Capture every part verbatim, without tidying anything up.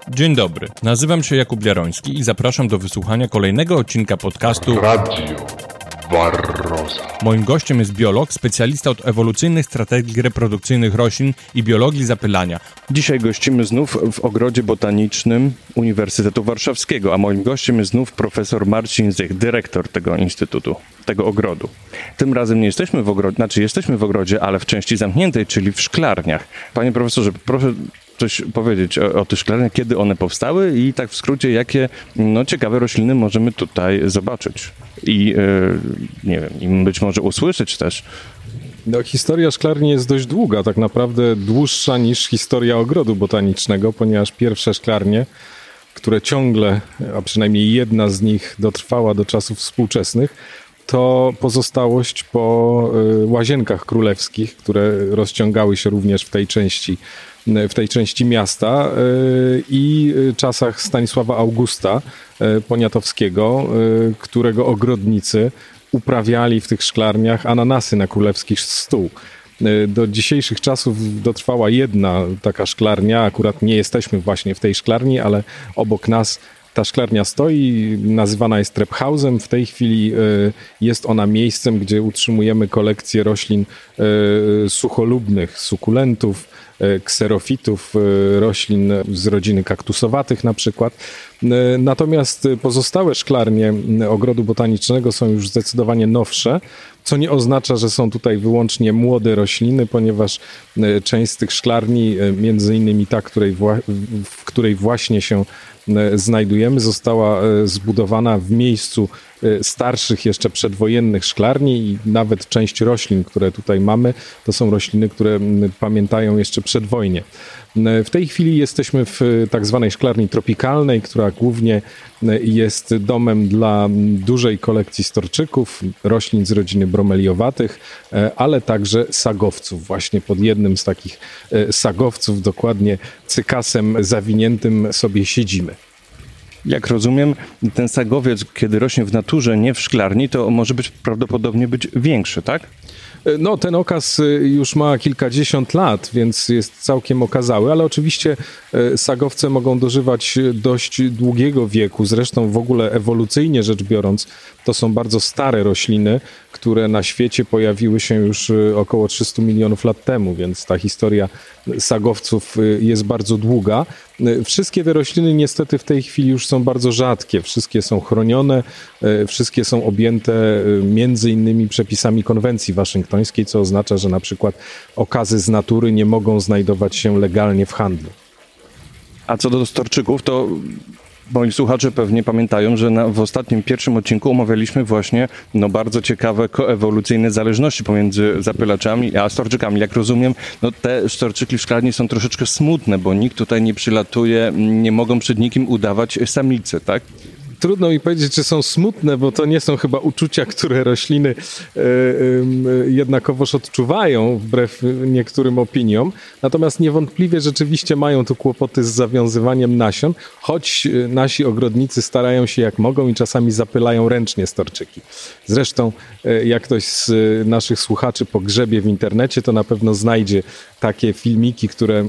Dzień dobry, nazywam się Jakub Jaroński i zapraszam do wysłuchania kolejnego odcinka podcastu Radio Barroza. Moim gościem jest biolog, specjalista od ewolucyjnych strategii reprodukcyjnych roślin i biologii zapylania. Dzisiaj gościmy znów w Ogrodzie Botanicznym Uniwersytetu Warszawskiego, a moim gościem jest znów profesor Marcin Zych, dyrektor tego instytutu, tego ogrodu. Tym razem nie jesteśmy w ogrodzie, znaczy jesteśmy w ogrodzie, ale w części zamkniętej, czyli w szklarniach. Panie profesorze, proszę coś powiedzieć o, o tych szklarniach, kiedy one powstały i tak w skrócie, jakie no, ciekawe rośliny możemy tutaj zobaczyć i yy, nie wiem, i być może usłyszeć też. No, historia szklarni jest dość długa, tak naprawdę dłuższa niż historia ogrodu botanicznego, ponieważ pierwsze szklarnie, które ciągle, a przynajmniej jedna z nich dotrwała do czasów współczesnych, to pozostałość po y, łazienkach królewskich, które rozciągały się również w tej części w tej części miasta i czasach Stanisława Augusta Poniatowskiego, którego ogrodnicy uprawiali w tych szklarniach ananasy na królewski stół. Do dzisiejszych czasów dotrwała jedna taka szklarnia, akurat nie jesteśmy właśnie w tej szklarni, ale obok nas ta szklarnia stoi, nazywana jest Trebhausem. W tej chwili jest ona miejscem, gdzie utrzymujemy kolekcję roślin sucholubnych, sukulentów, kserofitów, roślin z rodziny kaktusowatych na przykład. Natomiast pozostałe szklarnie Ogrodu Botanicznego są już zdecydowanie nowsze, co nie oznacza, że są tutaj wyłącznie młode rośliny, ponieważ część z tych szklarni, między innymi ta, której wła- w której właśnie się znajdujemy, została zbudowana w miejscu starszych jeszcze przedwojennych szklarni i nawet część roślin, które tutaj mamy, to są rośliny, które pamiętają jeszcze przedwojnie. W tej chwili jesteśmy w tak zwanej szklarni tropikalnej, która głównie jest domem dla dużej kolekcji storczyków, roślin z rodziny bromeliowatych, ale także sagowców. Właśnie pod jednym z takich sagowców, dokładnie cykasem zawiniętym, sobie siedzimy. Jak rozumiem, ten sagowiec, kiedy rośnie w naturze, nie w szklarni, to może być prawdopodobnie być większy, tak? No, ten okaz już ma kilkadziesiąt lat, więc jest całkiem okazały, ale oczywiście sagowce mogą dożywać dość długiego wieku. Zresztą w ogóle ewolucyjnie rzecz biorąc, to są bardzo stare rośliny, które na świecie pojawiły się już około trzysta milionów lat temu, więc ta historia sagowców jest bardzo długa. Wszystkie te rośliny niestety w tej chwili już są bardzo rzadkie. Wszystkie są chronione, wszystkie są objęte między innymi przepisami konwencji waszyngtońskiej, co oznacza, że na przykład okazy z natury nie mogą znajdować się legalnie w handlu. A co do storczyków, to moi słuchacze pewnie pamiętają, że na, w ostatnim pierwszym odcinku omawialiśmy właśnie no, bardzo ciekawe koewolucyjne zależności pomiędzy zapylaczami a storczykami. Jak rozumiem, no, te storczyki w szklarni są troszeczkę smutne, bo nikt tutaj nie przylatuje, nie mogą przed nikim udawać samicy, tak? Trudno mi powiedzieć, czy są smutne, bo to nie są chyba uczucia, które rośliny e, e, jednakowoż odczuwają, wbrew niektórym opiniom. Natomiast niewątpliwie rzeczywiście mają tu kłopoty z zawiązywaniem nasion, choć nasi ogrodnicy starają się jak mogą i czasami zapylają ręcznie storczyki. Zresztą e, jak ktoś z naszych słuchaczy pogrzebie w internecie, to na pewno znajdzie takie filmiki, które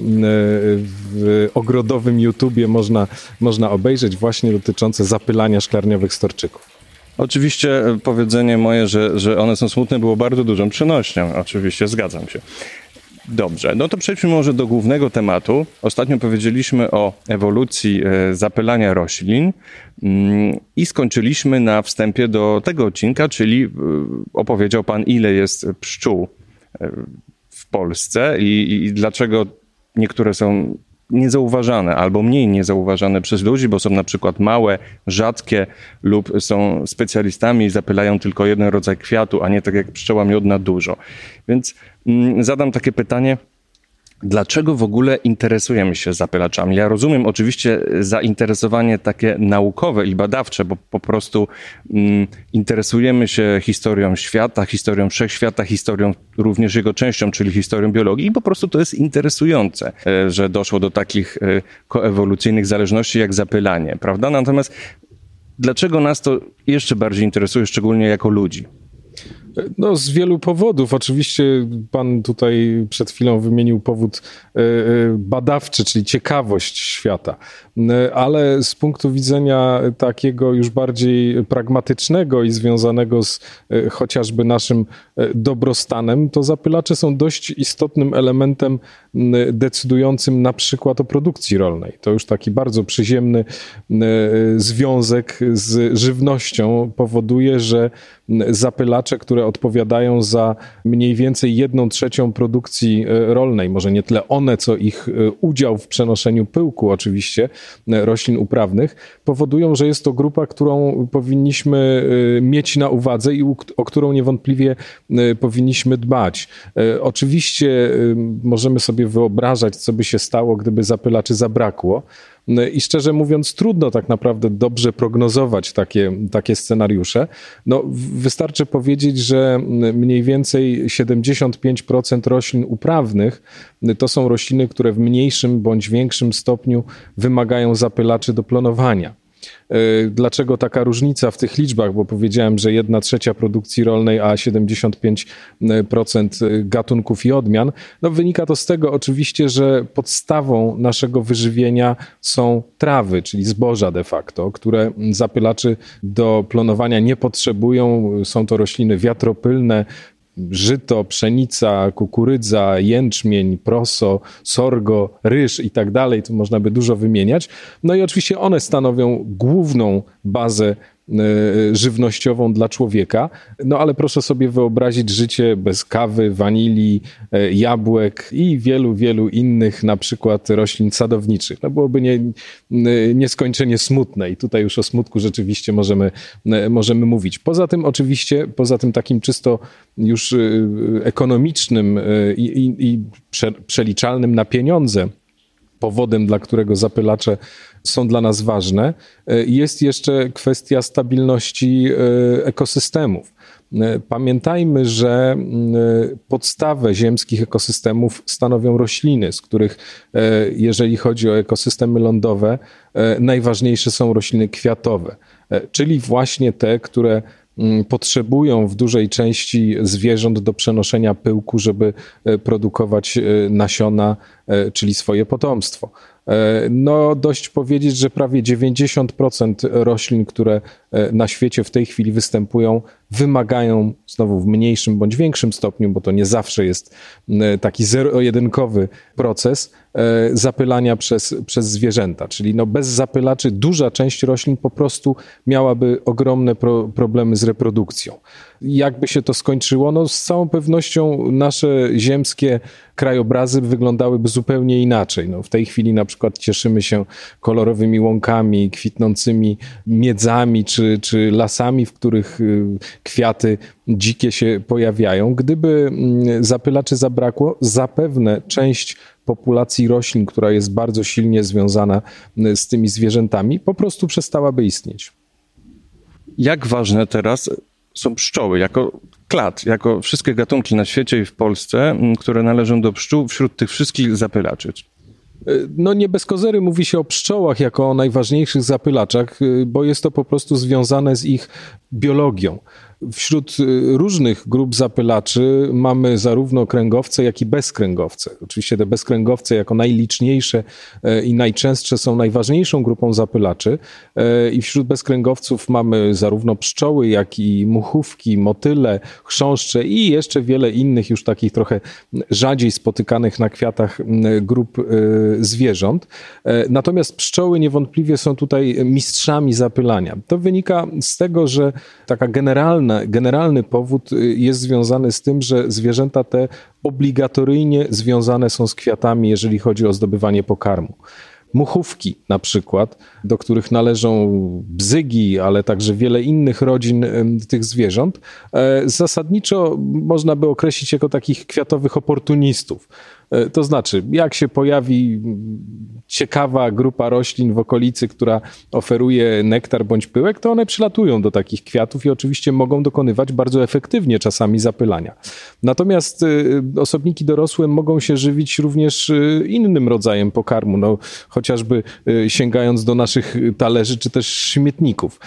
w ogrodowym YouTubie można, można obejrzeć, właśnie dotyczące zapylania szklarniowych storczyków. Oczywiście powiedzenie moje, że, że one są smutne, było bardzo dużą przynośnią. Oczywiście zgadzam się. Dobrze, no to przejdźmy może do głównego tematu. Ostatnio powiedzieliśmy o ewolucji zapylania roślin i skończyliśmy na wstępie do tego odcinka, czyli opowiedział Pan, ile jest pszczół w Polsce i, i dlaczego niektóre są niezauważane albo mniej niezauważane przez ludzi, bo są na przykład małe, rzadkie lub są specjalistami i zapylają tylko jeden rodzaj kwiatu, a nie tak jak pszczoła miodna dużo. Więc mm, zadam takie pytanie, dlaczego w ogóle interesujemy się zapylaczami? Ja rozumiem oczywiście zainteresowanie takie naukowe i badawcze, bo po prostu mm, interesujemy się historią świata, historią wszechświata, historią również jego częścią, czyli historią biologii i po prostu to jest interesujące, że doszło do takich koewolucyjnych zależności jak zapylanie, prawda? Natomiast dlaczego nas to jeszcze bardziej interesuje, szczególnie jako ludzi? No, z wielu powodów. Oczywiście pan tutaj przed chwilą wymienił powód badawczy, czyli ciekawość świata, ale z punktu widzenia takiego już bardziej pragmatycznego i związanego z chociażby naszym dobrostanem, to zapylacze są dość istotnym elementem decydującym na przykład o produkcji rolnej. To już taki bardzo przyziemny związek z żywnością powoduje, że zapylacze, które odpowiadają za mniej więcej jedną trzecią produkcji rolnej, może nie tyle one, co ich udział w przenoszeniu pyłku oczywiście roślin uprawnych, powodują, że jest to grupa, którą powinniśmy mieć na uwadze i o którą niewątpliwie powinniśmy dbać. Oczywiście możemy sobie wyobrażać, co by się stało, gdyby zapylaczy zabrakło. I szczerze mówiąc, trudno tak naprawdę dobrze prognozować takie, takie scenariusze. No, wystarczy powiedzieć, że mniej więcej siedemdziesiąt pięć procent roślin uprawnych to są rośliny, które w mniejszym bądź większym stopniu wymagają zapylaczy do planowania. Dlaczego taka różnica w tych liczbach? Bo powiedziałem, że jedna trzecia produkcji rolnej, a siedemdziesiąt pięć procent gatunków i odmian. No, wynika to z tego oczywiście, że podstawą naszego wyżywienia są trawy, czyli zboża de facto, które zapylaczy do planowania nie potrzebują. Są to rośliny wiatropylne, żyto, pszenica, kukurydza, jęczmień, proso, sorgo, ryż i tak dalej, tu można by dużo wymieniać. No i oczywiście one stanowią główną bazę żywnościową dla człowieka, no ale proszę sobie wyobrazić życie bez kawy, wanilii, jabłek i wielu, wielu innych na przykład roślin sadowniczych. No byłoby nie, nieskończenie smutne i tutaj już o smutku rzeczywiście możemy, możemy mówić. Poza tym oczywiście, poza tym takim czysto już ekonomicznym i, i, i prze, przeliczalnym na pieniądze powodem, dla którego zapylacze są dla nas ważne, jest jeszcze kwestia stabilności ekosystemów. Pamiętajmy, że podstawę ziemskich ekosystemów stanowią rośliny, z których, jeżeli chodzi o ekosystemy lądowe, najważniejsze są rośliny kwiatowe, czyli właśnie te, które potrzebują w dużej części zwierząt do przenoszenia pyłku, żeby produkować nasiona, czyli swoje potomstwo. No, dość powiedzieć, że prawie dziewięćdziesiąt procent roślin, które na świecie w tej chwili występują, wymagają znowu w mniejszym bądź większym stopniu, bo to nie zawsze jest taki zero-jedynkowy proces zapylania przez, przez zwierzęta. Czyli no bez zapylaczy duża część roślin po prostu miałaby ogromne pro, problemy z reprodukcją. Jakby się to skończyło? No z całą pewnością nasze ziemskie krajobrazy wyglądałyby zupełnie inaczej. No w tej chwili na przykład cieszymy się kolorowymi łąkami, kwitnącymi miedzami czy, czy lasami, w których kwiaty dzikie się pojawiają. Gdyby zapylaczy zabrakło, zapewne część populacji roślin, która jest bardzo silnie związana z tymi zwierzętami, po prostu przestałaby istnieć. Jak ważne teraz są pszczoły jako klad, jako wszystkie gatunki na świecie i w Polsce, które należą do pszczół wśród tych wszystkich zapylaczy? No nie bez kozery mówi się o pszczołach jako o najważniejszych zapylaczach, bo jest to po prostu związane z ich biologią. Wśród różnych grup zapylaczy mamy zarówno kręgowce, jak i bezkręgowce. Oczywiście te bezkręgowce jako najliczniejsze i najczęstsze są najważniejszą grupą zapylaczy i wśród bezkręgowców mamy zarówno pszczoły, jak i muchówki, motyle, chrząszcze i jeszcze wiele innych już takich trochę rzadziej spotykanych na kwiatach grup zwierząt. Natomiast pszczoły niewątpliwie są tutaj mistrzami zapylania. To wynika z tego, że taka generalna Generalny powód jest związany z tym, że zwierzęta te obligatoryjnie związane są z kwiatami, jeżeli chodzi o zdobywanie pokarmu. Muchówki na przykład, do których należą bzygi, ale także wiele innych rodzin tych zwierząt, zasadniczo można by określić jako takich kwiatowych oportunistów. To znaczy, jak się pojawi ciekawa grupa roślin w okolicy, która oferuje nektar bądź pyłek, to one przylatują do takich kwiatów i oczywiście mogą dokonywać bardzo efektywnie czasami zapylania. Natomiast osobniki dorosłe mogą się żywić również innym rodzajem pokarmu, no, chociażby sięgając do naszych talerzy czy też śmietników.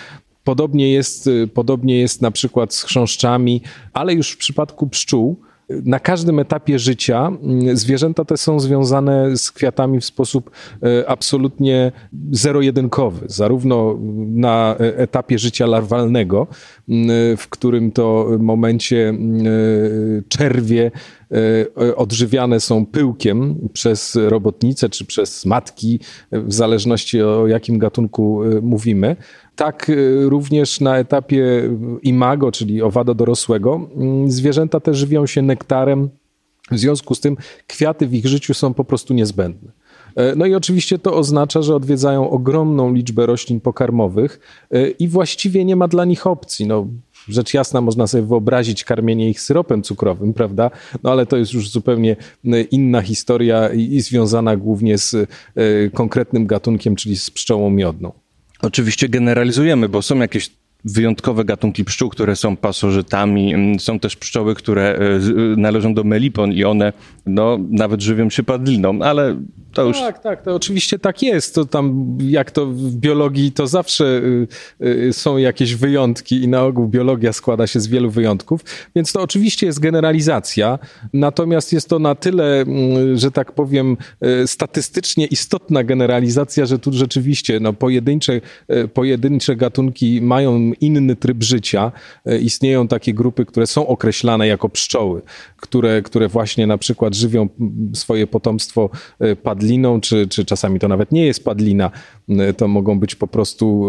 Podobnie jest, podobnie jest na przykład z chrząszczami, ale już w przypadku pszczół na każdym etapie życia zwierzęta te są związane z kwiatami w sposób absolutnie zero-jedynkowy. Zarówno na etapie życia larwalnego, w którym to momencie czerwie odżywiane są pyłkiem przez robotnice czy przez matki, w zależności o jakim gatunku mówimy. Tak również na etapie imago, czyli owada dorosłego, zwierzęta te żywią się nektarem. W związku z tym kwiaty w ich życiu są po prostu niezbędne. No i oczywiście to oznacza, że odwiedzają ogromną liczbę roślin pokarmowych i właściwie nie ma dla nich opcji. No, rzecz jasna, można sobie wyobrazić karmienie ich syropem cukrowym, prawda? No ale to jest już zupełnie inna historia i związana głównie z konkretnym gatunkiem, czyli z pszczołą miodną. Oczywiście generalizujemy, bo są jakieś wyjątkowe gatunki pszczół, które są pasożytami. Są też pszczoły, które należą do melipon i one no, nawet żywią się padliną, ale to już... Tak, tak, to oczywiście tak jest. To tam, jak to w biologii, to zawsze y, y, są jakieś wyjątki i na ogół biologia składa się z wielu wyjątków, więc to oczywiście jest generalizacja, natomiast jest to na tyle, y, że tak powiem, y, statystycznie istotna generalizacja, że tu rzeczywiście no, pojedyncze, y, pojedyncze gatunki mają inny tryb życia. Y, istnieją takie grupy, które są określane jako pszczoły, które, które właśnie na przykład żywią swoje potomstwo y, padliną, padliną, czy, czy czasami to nawet nie jest padlina, to mogą być po prostu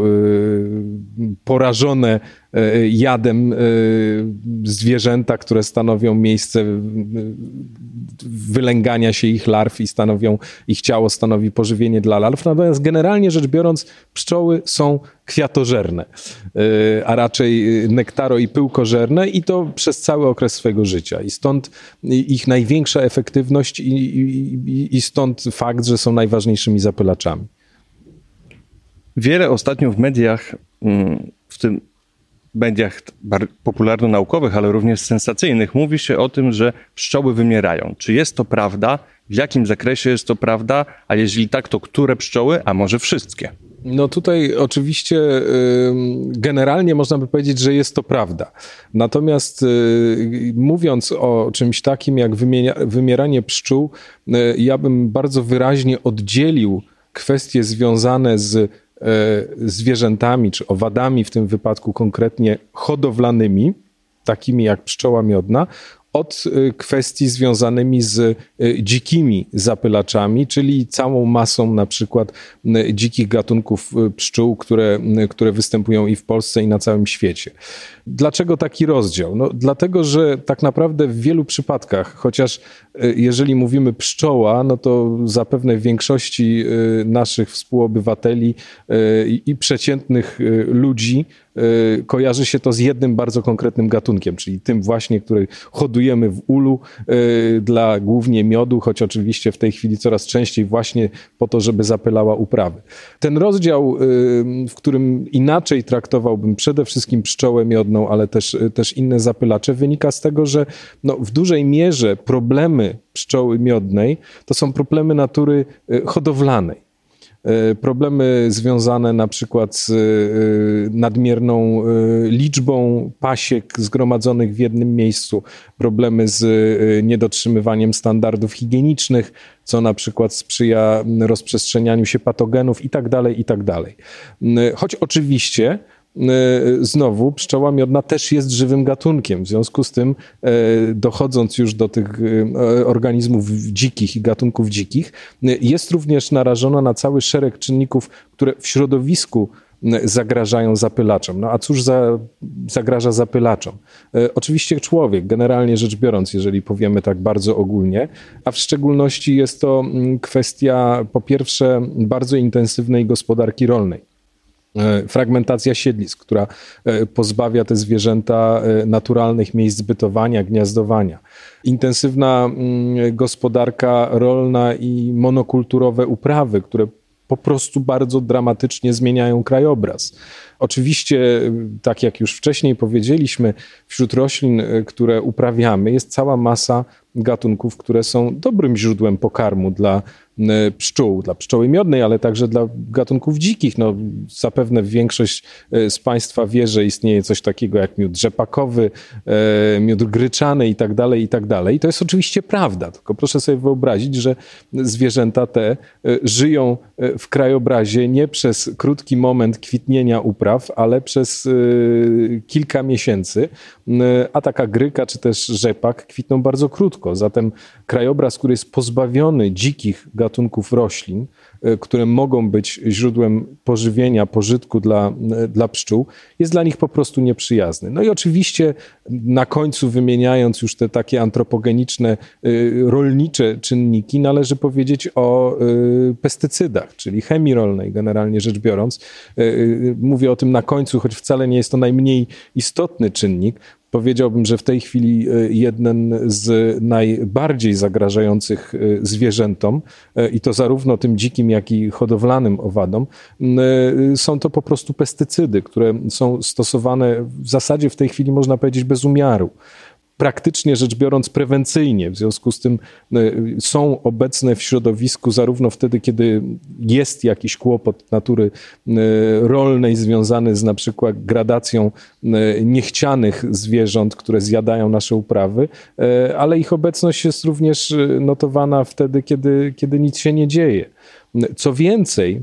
porażone jadem zwierzęta, które stanowią miejsce wylęgania się ich larw i stanowią, ich ciało stanowi pożywienie dla larw. Natomiast generalnie rzecz biorąc, pszczoły są kwiatożerne, a raczej nektaro- i pyłkożerne i to przez cały okres swojego życia. I stąd ich największa efektywność i, i, i stąd fakt, że są najważniejszymi zapylaczami. Wiele ostatnio w mediach, w tym mediach popularno-naukowych, ale również sensacyjnych, mówi się o tym, że pszczoły wymierają. Czy jest to prawda? W jakim zakresie jest to prawda? A jeżeli tak, to które pszczoły? A może wszystkie? No tutaj oczywiście generalnie można by powiedzieć, że jest to prawda. Natomiast mówiąc o czymś takim jak wymieranie pszczół, ja bym bardzo wyraźnie oddzielił kwestie związane z zwierzętami, czy owadami w tym wypadku konkretnie hodowlanymi, takimi jak pszczoła miodna, od kwestii związanymi z dzikimi zapylaczami, czyli całą masą na przykład dzikich gatunków pszczół, które, które występują i w Polsce, i na całym świecie. Dlaczego taki rozdział? No, dlatego, że tak naprawdę w wielu przypadkach, chociaż jeżeli mówimy pszczoła, no to zapewne w większości naszych współobywateli i przeciętnych ludzi kojarzy się to z jednym bardzo konkretnym gatunkiem, czyli tym właśnie, który hodujemy w ulu dla głównie miodu, choć oczywiście w tej chwili coraz częściej właśnie po to, żeby zapylała uprawy. Ten rozdział, w którym inaczej traktowałbym przede wszystkim pszczołę miodną, ale też, też inne zapylacze, wynika z tego, że no, w dużej mierze problemy pszczoły miodnej to są problemy natury hodowlanej. Problemy związane na przykład z nadmierną liczbą pasiek zgromadzonych w jednym miejscu, problemy z niedotrzymywaniem standardów higienicznych, co na przykład sprzyja rozprzestrzenianiu się patogenów i tak dalej, i tak dalej. Choć oczywiście znowu pszczoła miodna też jest żywym gatunkiem. W związku z tym, dochodząc już do tych organizmów dzikich i gatunków dzikich, jest również narażona na cały szereg czynników, które w środowisku zagrażają zapylaczom. No a cóż za, zagraża zapylaczom? Oczywiście człowiek, generalnie rzecz biorąc, jeżeli powiemy tak bardzo ogólnie, a w szczególności jest to kwestia po pierwsze bardzo intensywnej gospodarki rolnej. Fragmentacja siedlisk, która pozbawia te zwierzęta naturalnych miejsc bytowania, gniazdowania. Intensywna gospodarka rolna i monokulturowe uprawy, które po prostu bardzo dramatycznie zmieniają krajobraz. Oczywiście, tak jak już wcześniej powiedzieliśmy, wśród roślin, które uprawiamy, jest cała masa gatunków, które są dobrym źródłem pokarmu dla pszczół, dla pszczoły miodnej, ale także dla gatunków dzikich. No, zapewne większość z Państwa wie, że istnieje coś takiego jak miód rzepakowy, miód gryczany i tak dalej, i tak dalej. I to jest oczywiście prawda, tylko proszę sobie wyobrazić, że zwierzęta te żyją w krajobrazie nie przez krótki moment kwitnienia upraw, ale przez kilka miesięcy, a taka gryka czy też rzepak kwitną bardzo krótko. Zatem krajobraz, który jest pozbawiony dzikich gatunków roślin, które mogą być źródłem pożywienia, pożytku dla, dla pszczół, jest dla nich po prostu nieprzyjazny. No i oczywiście na końcu, wymieniając już te takie antropogeniczne, rolnicze czynniki, należy powiedzieć o pestycydach, czyli chemii rolnej generalnie rzecz biorąc. Mówię o tym na końcu, choć wcale nie jest to najmniej istotny czynnik. Powiedziałbym, że w tej chwili jeden z najbardziej zagrażających zwierzętom, i to zarówno tym dzikim, jak i hodowlanym owadom, są to po prostu pestycydy, które są stosowane w zasadzie w tej chwili, można powiedzieć, bez umiaru. Praktycznie rzecz biorąc prewencyjnie, w związku z tym są obecne w środowisku zarówno wtedy, kiedy jest jakiś kłopot natury rolnej związany z na przykład gradacją niechcianych zwierząt, które zjadają nasze uprawy, ale ich obecność jest również notowana wtedy, kiedy, kiedy nic się nie dzieje. Co więcej,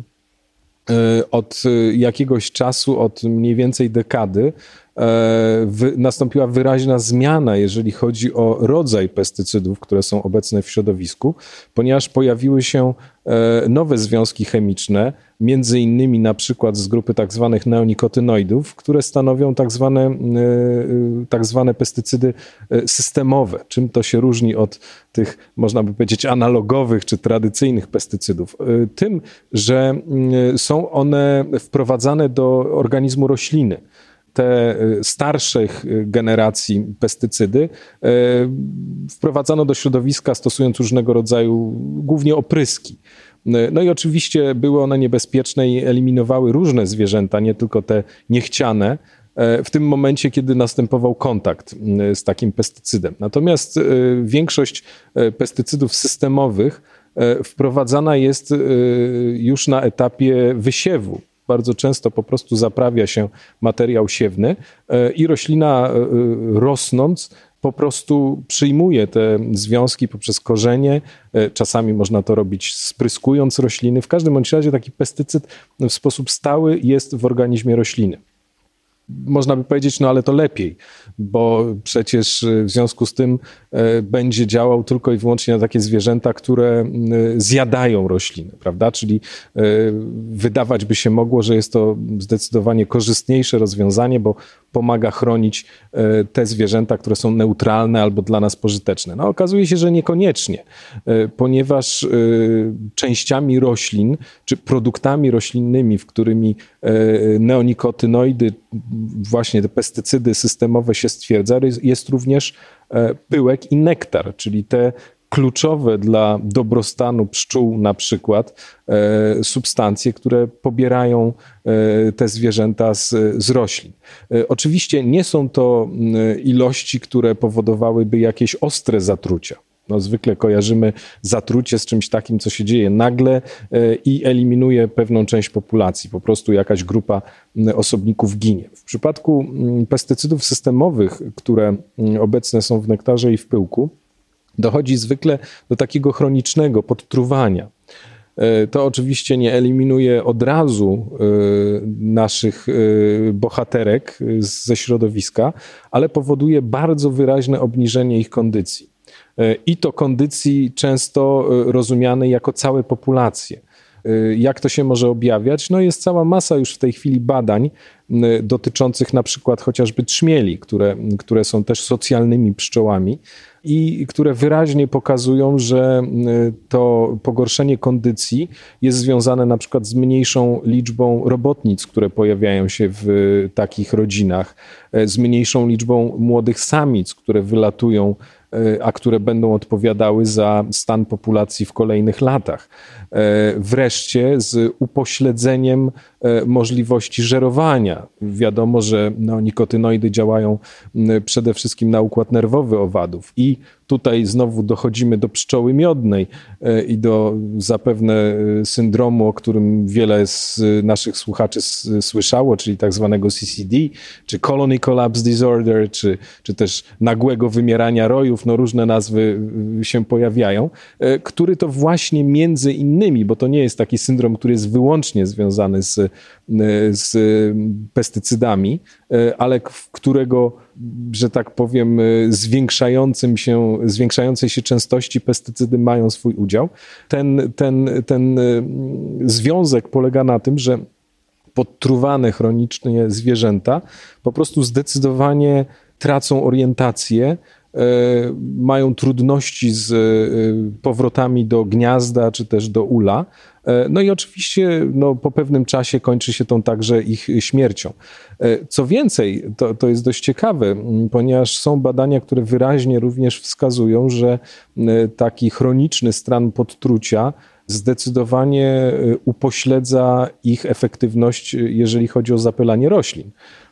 od jakiegoś czasu, od mniej więcej dekady, Wy, nastąpiła wyraźna zmiana, jeżeli chodzi o rodzaj pestycydów, które są obecne w środowisku, ponieważ pojawiły się nowe związki chemiczne, między innymi na przykład z grupy tak zwanych neonikotynoidów, które stanowią tak zwane, tak zwane pestycydy systemowe. Czym to się różni od tych, można by powiedzieć, analogowych czy tradycyjnych pestycydów? Tym, że są one wprowadzane do organizmu rośliny. Te starszych generacji pestycydy wprowadzano do środowiska stosując różnego rodzaju, głównie opryski. No i oczywiście były one niebezpieczne i eliminowały różne zwierzęta, nie tylko te niechciane, w tym momencie, kiedy następował kontakt z takim pestycydem. Natomiast większość pestycydów systemowych wprowadzana jest już na etapie wysiewu. Bardzo często po prostu zaprawia się materiał siewny i roślina rosnąc po prostu przyjmuje te związki poprzez korzenie. Czasami można to robić spryskując rośliny. W każdym bądź razie taki pestycyd w sposób stały jest w organizmie rośliny. Można by powiedzieć, no ale to lepiej, bo przecież w związku z tym będzie działał tylko i wyłącznie na takie zwierzęta, które zjadają rośliny, prawda? Czyli wydawać by się mogło, że jest to zdecydowanie korzystniejsze rozwiązanie, bo pomaga chronić te zwierzęta, które są neutralne albo dla nas pożyteczne. No okazuje się, że niekoniecznie, ponieważ częściami roślin, czy produktami roślinnymi, w którymi neonikotynoidy, właśnie te pestycydy systemowe się stwierdza, jest również pyłek i nektar, czyli te kluczowe dla dobrostanu pszczół na przykład e, substancje, które pobierają e, te zwierzęta z, z roślin. E, oczywiście nie są to e, ilości, które powodowałyby jakieś ostre zatrucia. No, zwykle kojarzymy zatrucie z czymś takim, co się dzieje nagle e, i eliminuje pewną część populacji. Po prostu jakaś grupa osobników ginie. W przypadku m, pestycydów systemowych, które m, obecne są w nektarze i w pyłku, dochodzi zwykle do takiego chronicznego podtruwania. To oczywiście nie eliminuje od razu naszych bohaterek ze środowiska, ale powoduje bardzo wyraźne obniżenie ich kondycji. I to kondycji często rozumianej jako całe populacje. Jak to się może objawiać? No jest cała masa już w tej chwili badań dotyczących na przykład chociażby trzmieli, które, które są też socjalnymi pszczołami i które wyraźnie pokazują, że to pogorszenie kondycji jest związane na przykład z mniejszą liczbą robotnic, które pojawiają się w takich rodzinach, z mniejszą liczbą młodych samic, które wylatują, a które będą odpowiadały za stan populacji w kolejnych latach. Wreszcie z upośledzeniem możliwości żerowania. Wiadomo, że no, nikotynoidy działają przede wszystkim na układ nerwowy owadów i tutaj znowu dochodzimy do pszczoły miodnej i do zapewne syndromu, o którym wiele z naszych słuchaczy słyszało, czyli tak zwanego C C D, czy Colony Collapse Disorder, czy, czy też nagłego wymierania rojów, no różne nazwy się pojawiają, który to właśnie między innymi, bo to nie jest taki syndrom, który jest wyłącznie związany z, z pestycydami, ale w którego, że tak powiem, zwiększającym się, zwiększającej się częstości pestycydy mają swój udział. Ten, ten, ten związek polega na tym, że podtruwane chronicznie zwierzęta po prostu zdecydowanie tracą orientację, mają trudności z powrotami do gniazda czy też do ula. No i oczywiście no, po pewnym czasie kończy się tą także ich śmiercią. Co więcej, to, to jest dość ciekawe, ponieważ są badania, które wyraźnie również wskazują, że taki chroniczny stan podtrucia zdecydowanie upośledza ich efektywność, jeżeli chodzi o zapylanie roślin.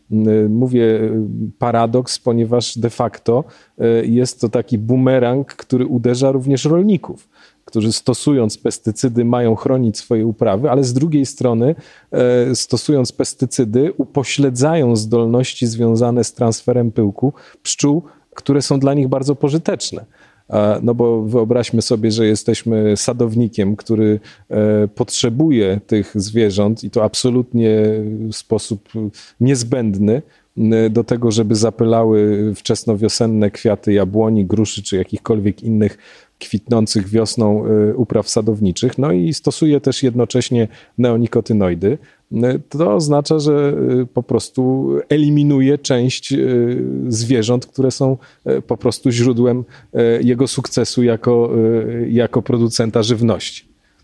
Mówię paradoks, ponieważ de facto jest to taki bumerang, który uderza również rolników, którzy stosując pestycydy mają chronić swoje uprawy, ale z drugiej strony stosując pestycydy upośledzają zdolności związane z transferem pyłku pszczół, które są dla nich bardzo pożyteczne. No bo wyobraźmy sobie, że jesteśmy sadownikiem, który potrzebuje tych zwierząt i to absolutnie w sposób niezbędny do tego, żeby zapylały wczesnowiosenne kwiaty jabłoni, gruszy czy jakichkolwiek innych kwitnących wiosną upraw sadowniczych. No i stosuje też jednocześnie neonikotynoidy. To oznacza, że po prostu eliminuje część zwierząt, które są po prostu źródłem jego sukcesu jako, jako producenta żywności.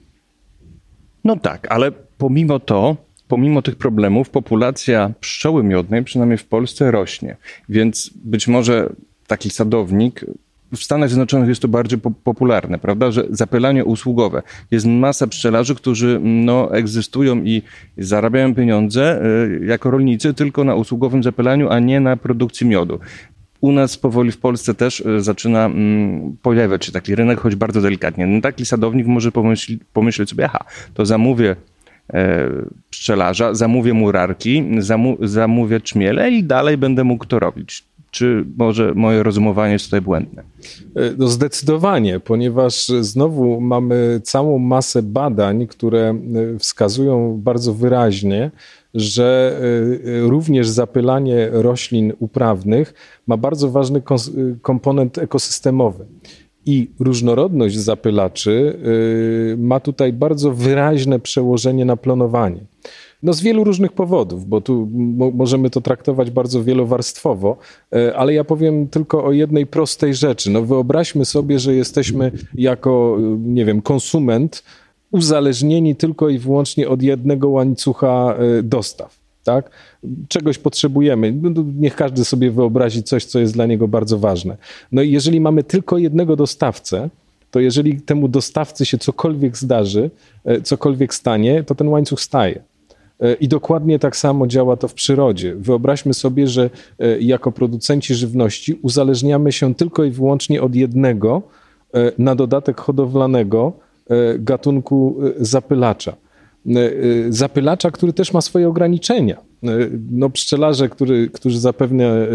No tak, ale pomimo to, pomimo tych problemów, populacja pszczoły miodnej, przynajmniej w Polsce, rośnie. Więc być może taki sadownik, w Stanach Zjednoczonych jest to bardziej po- popularne, prawda, że zapylanie usługowe. Jest masa pszczelarzy, którzy no, egzystują i zarabiają pieniądze y, jako rolnicy tylko na usługowym zapylaniu, a nie na produkcji miodu. U nas powoli w Polsce też y, zaczyna y, pojawiać się taki rynek, choć bardzo delikatnie. No, taki sadownik może pomyśl, pomyśleć sobie, aha, to zamówię pszczelarza, zamówię murarki, zamu- zamówię czmiele i dalej będę mógł to robić. Czy może moje rozumowanie jest tutaj błędne? No zdecydowanie, ponieważ znowu mamy całą masę badań, które wskazują bardzo wyraźnie, że również zapylanie roślin uprawnych ma bardzo ważny komponent ekosystemowy. I różnorodność zapylaczy ma tutaj bardzo wyraźne przełożenie na planowanie. No z wielu różnych powodów, bo tu mo- możemy to traktować bardzo wielowarstwowo, ale ja powiem tylko o jednej prostej rzeczy. No wyobraźmy sobie, że jesteśmy jako, nie wiem, konsument uzależnieni tylko i wyłącznie od jednego łańcucha dostaw. Tak? Czegoś potrzebujemy. Niech każdy sobie wyobrazi coś, co jest dla niego bardzo ważne. No i jeżeli mamy tylko jednego dostawcę, to jeżeli temu dostawcy się cokolwiek zdarzy, cokolwiek stanie, to ten łańcuch staje. I dokładnie tak samo działa to w przyrodzie. Wyobraźmy sobie, że jako producenci żywności uzależniamy się tylko i wyłącznie od jednego, na dodatek hodowlanego, gatunku zapylacza. Zapylacza, który też ma swoje ograniczenia. No, pszczelarze, który, którzy zapewne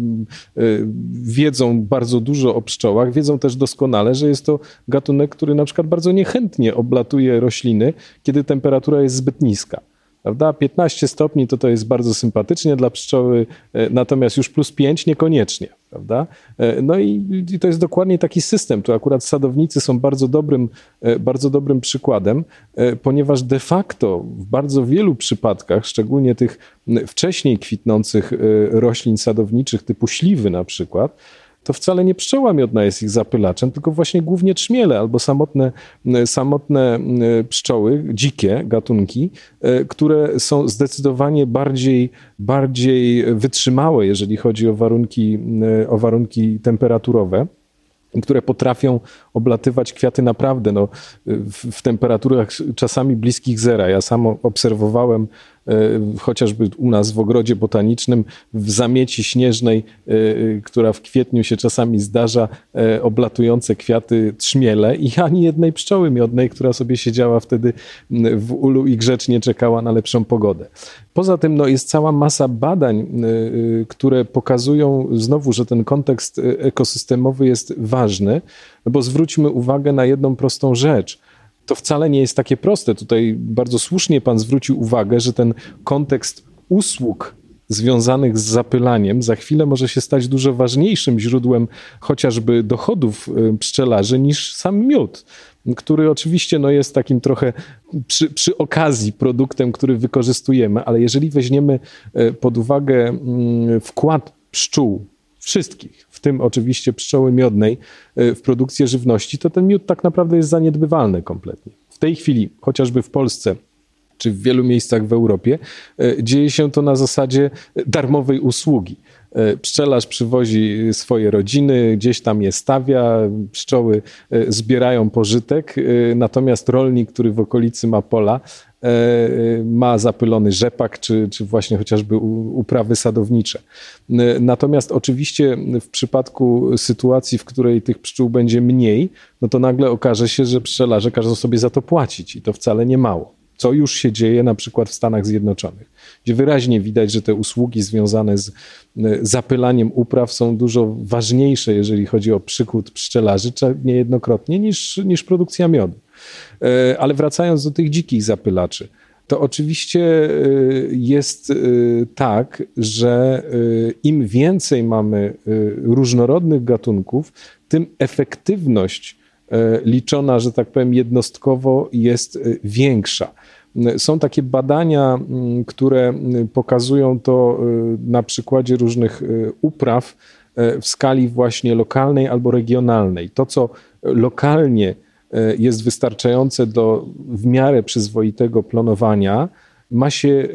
wiedzą bardzo dużo o pszczołach, wiedzą też doskonale, że jest to gatunek, który na przykład bardzo niechętnie oblatuje rośliny, kiedy temperatura jest zbyt niska. Prawda? piętnaście stopni to to jest bardzo sympatycznie dla pszczoły, natomiast już plus pięć niekoniecznie. Prawda? No i, i to jest dokładnie taki system. Tu akurat sadownicy są bardzo dobrym, bardzo dobrym przykładem, ponieważ de facto w bardzo wielu przypadkach, szczególnie tych wcześniej kwitnących roślin sadowniczych typu śliwy na przykład, to wcale nie pszczoła miodna jest ich zapylaczem, tylko właśnie głównie trzmiele albo samotne, samotne pszczoły, dzikie gatunki, które są zdecydowanie bardziej, bardziej wytrzymałe, jeżeli chodzi o warunki, o warunki temperaturowe, które potrafią oblatywać kwiaty naprawdę no, w, w temperaturach czasami bliskich zera. Ja sam obserwowałem chociażby u nas w ogrodzie botanicznym w zamieci śnieżnej, która w kwietniu się czasami zdarza, oblatujące kwiaty trzmiele i ani jednej pszczoły miodnej, która sobie siedziała wtedy w ulu i grzecznie czekała na lepszą pogodę. Poza tym no, jest cała masa badań, które pokazują znowu, że ten kontekst ekosystemowy jest ważny, bo zwróćmy uwagę na jedną prostą rzecz. To wcale nie jest takie proste. Tutaj bardzo słusznie pan zwrócił uwagę, że ten kontekst usług związanych z zapylaniem za chwilę może się stać dużo ważniejszym źródłem chociażby dochodów pszczelarzy niż sam miód, który oczywiście no, jest takim trochę przy, przy okazji produktem, który wykorzystujemy, ale jeżeli weźmiemy pod uwagę wkład pszczół, wszystkich, w tym oczywiście pszczoły miodnej, w produkcję żywności, to ten miód tak naprawdę jest zaniedbywalny kompletnie. W tej chwili, chociażby w Polsce, czy w wielu miejscach w Europie, dzieje się to na zasadzie darmowej usługi. Pszczelarz przywozi swoje rodziny, gdzieś tam je stawia, pszczoły zbierają pożytek, natomiast rolnik, który w okolicy ma pola, ma zapylony rzepak, czy, czy właśnie chociażby uprawy sadownicze. Natomiast oczywiście w przypadku sytuacji, w której tych pszczół będzie mniej, no to nagle okaże się, że pszczelarze każą sobie za to płacić i to wcale nie mało. Co już się dzieje na przykład w Stanach Zjednoczonych, gdzie wyraźnie widać, że te usługi związane z zapylaniem upraw są dużo ważniejsze, jeżeli chodzi o przychód pszczelarzy, niejednokrotnie niż, niż produkcja miodu. Ale wracając do tych dzikich zapylaczy, to oczywiście jest tak, że im więcej mamy różnorodnych gatunków, tym efektywność liczona, że tak powiem, jednostkowo jest większa. Są takie badania, które pokazują to na przykładzie różnych upraw w skali właśnie lokalnej albo regionalnej. To, co lokalnie jest wystarczające do w miarę przyzwoitego planowania, ma się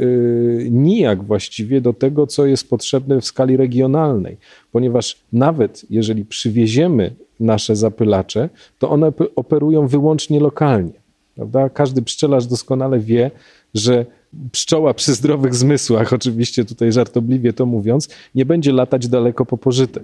nijak właściwie do tego, co jest potrzebne w skali regionalnej, ponieważ nawet jeżeli przywieziemy nasze zapylacze, to one operują wyłącznie lokalnie. Prawda? Każdy pszczelarz doskonale wie, że pszczoła przy zdrowych zmysłach, oczywiście tutaj żartobliwie to mówiąc, nie będzie latać daleko po pożytek.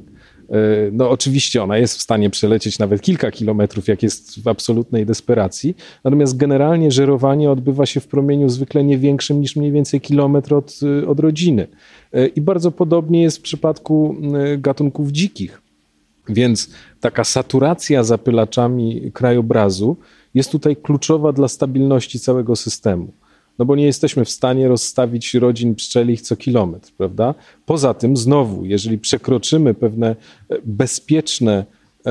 No oczywiście ona jest w stanie przelecieć nawet kilka kilometrów, jak jest w absolutnej desperacji, natomiast generalnie żerowanie odbywa się w promieniu zwykle nie większym niż mniej więcej kilometr od, od rodziny. I bardzo podobnie jest w przypadku gatunków dzikich. Więc taka saturacja zapylaczami krajobrazu jest tutaj kluczowa dla stabilności całego systemu. No bo nie jesteśmy w stanie rozstawić rodzin pszczelich co kilometr, prawda? Poza tym znowu, jeżeli przekroczymy pewne bezpieczne e,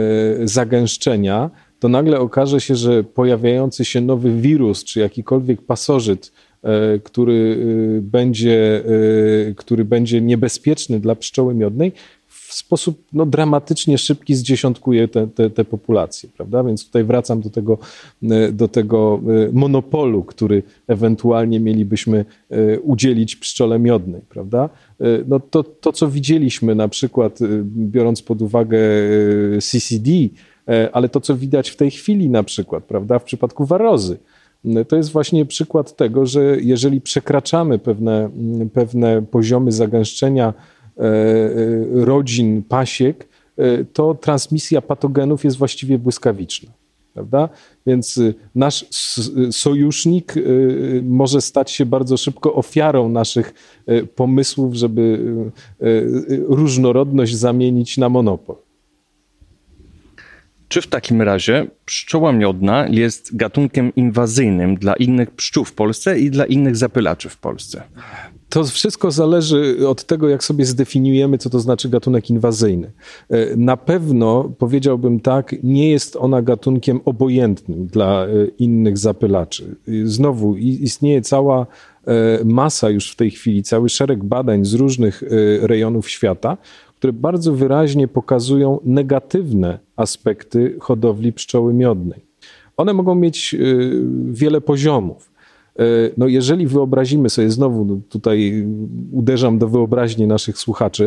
zagęszczenia, to nagle okaże się, że pojawiający się nowy wirus, czy jakikolwiek pasożyt, e, który, e, będzie, e, który będzie niebezpieczny dla pszczoły miodnej, w sposób no, dramatycznie szybki zdziesiątkuje te, te, te populacje, prawda? Więc tutaj wracam do tego, do tego monopolu, który ewentualnie mielibyśmy udzielić pszczole miodnej, prawda? No to, to, co widzieliśmy na przykład, biorąc pod uwagę C C D, ale to, co widać w tej chwili na przykład, prawda, w przypadku warozy, to jest właśnie przykład tego, że jeżeli przekraczamy pewne, pewne poziomy zagęszczenia rodzin, pasiek, to transmisja patogenów jest właściwie błyskawiczna, prawda? Więc nasz sojusznik może stać się bardzo szybko ofiarą naszych pomysłów, żeby różnorodność zamienić na monopol. Czy w takim razie pszczoła miodna jest gatunkiem inwazyjnym dla innych pszczół w Polsce i dla innych zapylaczy w Polsce? To wszystko zależy od tego, jak sobie zdefiniujemy, co to znaczy gatunek inwazyjny. Na pewno, powiedziałbym tak, nie jest ona gatunkiem obojętnym dla innych zapylaczy. Znowu istnieje cała masa już w tej chwili, cały szereg badań z różnych rejonów świata, które bardzo wyraźnie pokazują negatywne aspekty hodowli pszczoły miodnej. One mogą mieć wiele poziomów. No jeżeli wyobrazimy sobie, znowu no tutaj uderzam do wyobraźni naszych słuchaczy,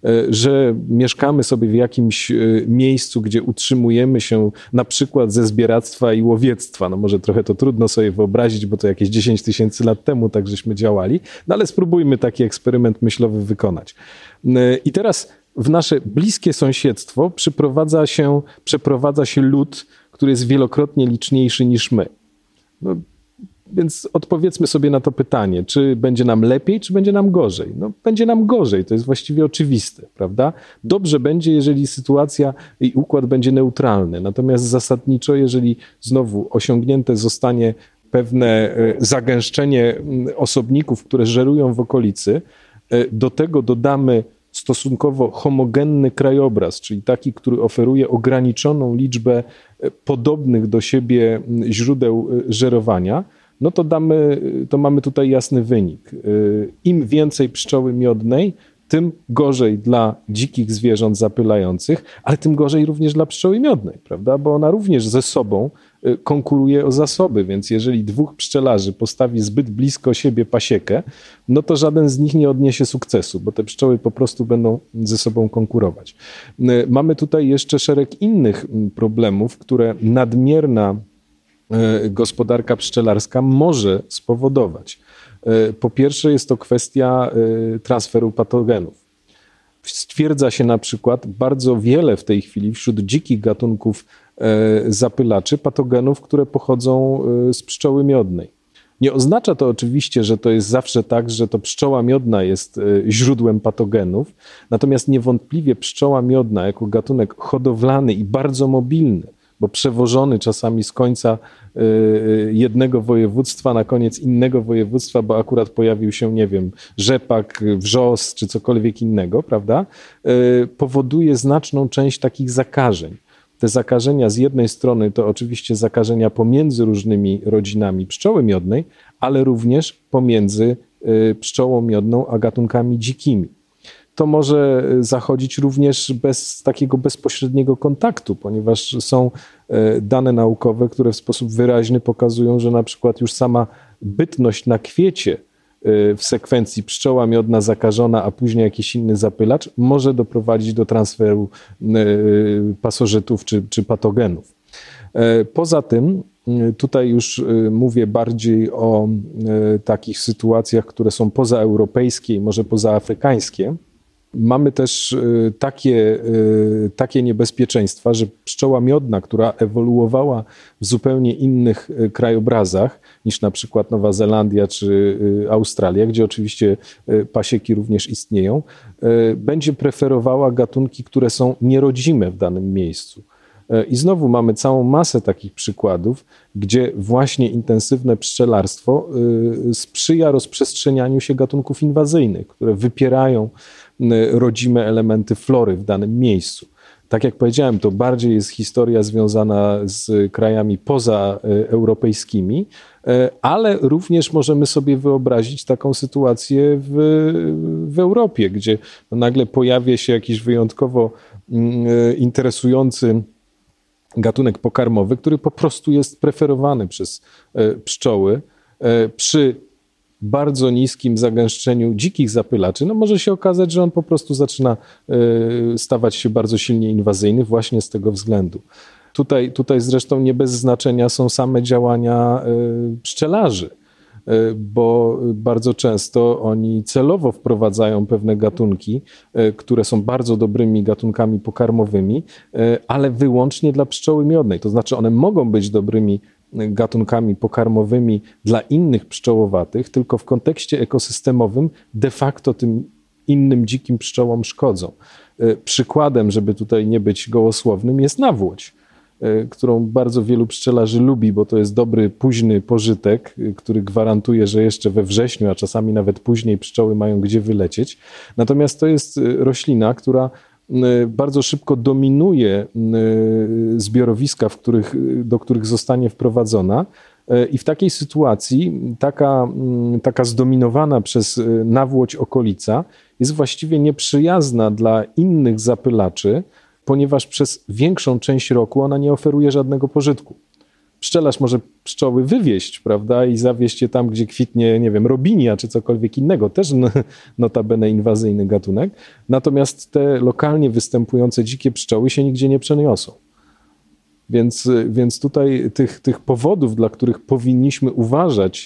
że mieszkamy sobie w jakimś miejscu, gdzie utrzymujemy się na przykład ze zbieractwa i łowiectwa. No może trochę to trudno sobie wyobrazić, bo to jakieś dziesięć tysięcy lat temu tak żeśmy działali, no ale spróbujmy taki eksperyment myślowy wykonać. I teraz w nasze bliskie sąsiedztwo przyprowadza się, przeprowadza się lud, który jest wielokrotnie liczniejszy niż my. No, więc odpowiedzmy sobie na to pytanie, czy będzie nam lepiej, czy będzie nam gorzej? No, będzie nam gorzej, to jest właściwie oczywiste, prawda? Dobrze będzie, jeżeli sytuacja i układ będzie neutralny, natomiast zasadniczo, jeżeli znowu osiągnięte zostanie pewne zagęszczenie osobników, które żerują w okolicy, do tego dodamy stosunkowo homogenny krajobraz, czyli taki, który oferuje ograniczoną liczbę podobnych do siebie źródeł żerowania, no to damy, to mamy tutaj jasny wynik. Im więcej pszczoły miodnej, tym gorzej dla dzikich zwierząt zapylających, ale tym gorzej również dla pszczoły miodnej, prawda? Bo ona również ze sobą konkuruje o zasoby, więc jeżeli dwóch pszczelarzy postawi zbyt blisko siebie pasiekę, no to żaden z nich nie odniesie sukcesu, bo te pszczoły po prostu będą ze sobą konkurować. Mamy tutaj jeszcze szereg innych problemów, które nadmierna gospodarka pszczelarska może spowodować. Po pierwsze jest to kwestia transferu patogenów. Stwierdza się na przykład bardzo wiele w tej chwili wśród dzikich gatunków zapylaczy patogenów, które pochodzą z pszczoły miodnej. Nie oznacza to oczywiście, że to jest zawsze tak, że to pszczoła miodna jest źródłem patogenów, natomiast niewątpliwie pszczoła miodna jako gatunek hodowlany i bardzo mobilny, bo przewożony czasami z końca jednego województwa na koniec innego województwa, bo akurat pojawił się, nie wiem, rzepak, wrzos czy cokolwiek innego, prawda, powoduje znaczną część takich zakażeń. Te zakażenia z jednej strony to oczywiście zakażenia pomiędzy różnymi rodzinami pszczoły miodnej, ale również pomiędzy pszczołą miodną a gatunkami dzikimi. To może zachodzić również bez takiego bezpośredniego kontaktu, ponieważ są dane naukowe, które w sposób wyraźny pokazują, że na przykład już sama bytność na kwiecie w sekwencji pszczoła miodna zakażona, a później jakiś inny zapylacz może doprowadzić do transferu pasożytów czy, czy patogenów. Poza tym tutaj już mówię bardziej o takich sytuacjach, które są pozaeuropejskie i może pozaafrykańskie. Mamy też takie, takie niebezpieczeństwa, że pszczoła miodna, która ewoluowała w zupełnie innych krajobrazach niż na przykład Nowa Zelandia czy Australia, gdzie oczywiście pasieki również istnieją, będzie preferowała gatunki, które są nierodzime w danym miejscu. I znowu mamy całą masę takich przykładów, gdzie właśnie intensywne pszczelarstwo sprzyja rozprzestrzenianiu się gatunków inwazyjnych, które wypierają rodzime elementy flory w danym miejscu. Tak jak powiedziałem, to bardziej jest historia związana z krajami pozaeuropejskimi, ale również możemy sobie wyobrazić taką sytuację w, w Europie, gdzie nagle pojawia się jakiś wyjątkowo interesujący gatunek pokarmowy, który po prostu jest preferowany przez pszczoły przy bardzo niskim zagęszczeniu dzikich zapylaczy. No może się okazać, że on po prostu zaczyna stawać się bardzo silnie inwazyjny właśnie z tego względu. Tutaj, tutaj zresztą nie bez znaczenia są same działania pszczelarzy, bo bardzo często oni celowo wprowadzają pewne gatunki, które są bardzo dobrymi gatunkami pokarmowymi, ale wyłącznie dla pszczoły miodnej. To znaczy one mogą być dobrymi gatunkami pokarmowymi dla innych pszczołowatych, tylko w kontekście ekosystemowym de facto tym innym dzikim pszczołom szkodzą. Przykładem, żeby tutaj nie być gołosłownym, jest nawłoć, którą bardzo wielu pszczelarzy lubi, bo to jest dobry, późny pożytek, który gwarantuje, że jeszcze we wrześniu, a czasami nawet później pszczoły mają gdzie wylecieć. Natomiast to jest roślina, która bardzo szybko dominuje zbiorowiska, w których, do których zostanie wprowadzona. I w takiej sytuacji taka, taka zdominowana przez nawłoć okolica jest właściwie nieprzyjazna dla innych zapylaczy, ponieważ przez większą część roku ona nie oferuje żadnego pożytku. pszczelarz może pszczoły wywieźć, prawda, i zawieźć je tam, gdzie kwitnie, nie wiem, robinia czy cokolwiek innego, też notabene inwazyjny gatunek. Natomiast te lokalnie występujące dzikie pszczoły się nigdzie nie przeniosą. Więc, więc tutaj tych, tych powodów, dla których powinniśmy uważać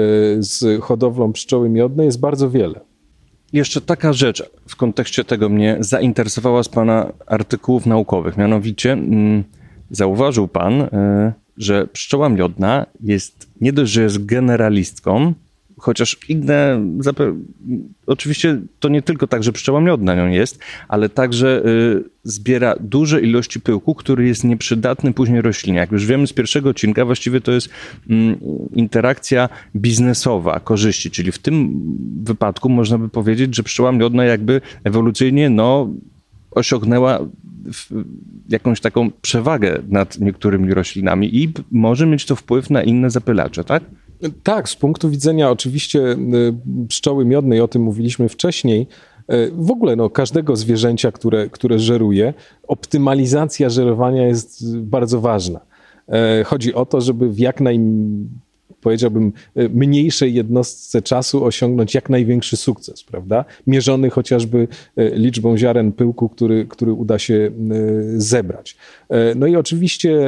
z hodowlą pszczoły miodnej, jest bardzo wiele. Jeszcze taka rzecz w kontekście tego mnie zainteresowała z pana artykułów naukowych. Mianowicie mm, zauważył pan, y, że pszczoła miodna jest nie dość, że jest generalistką, chociaż inne, zapra- oczywiście to nie tylko tak, że pszczoła miodna nią jest, ale także y, zbiera duże ilości pyłku, który jest nieprzydatny później roślinie. Jak już wiemy z pierwszego odcinka, właściwie to jest mm, interakcja biznesowa, korzyści, czyli w tym wypadku można by powiedzieć, że pszczoła miodna jakby ewolucyjnie no, osiągnęła w, jakąś taką przewagę nad niektórymi roślinami i może mieć to wpływ na inne zapylacze, tak? Tak, z punktu widzenia oczywiście pszczoły miodnej, o tym mówiliśmy wcześniej, w ogóle no, każdego zwierzęcia, które, które żeruje, optymalizacja żerowania jest bardzo ważna. Chodzi o to, żeby w jak naj, powiedziałbym, mniejszej jednostce czasu osiągnąć jak największy sukces, prawda? Mierzony chociażby liczbą ziaren pyłku, który, który uda się zebrać. No i oczywiście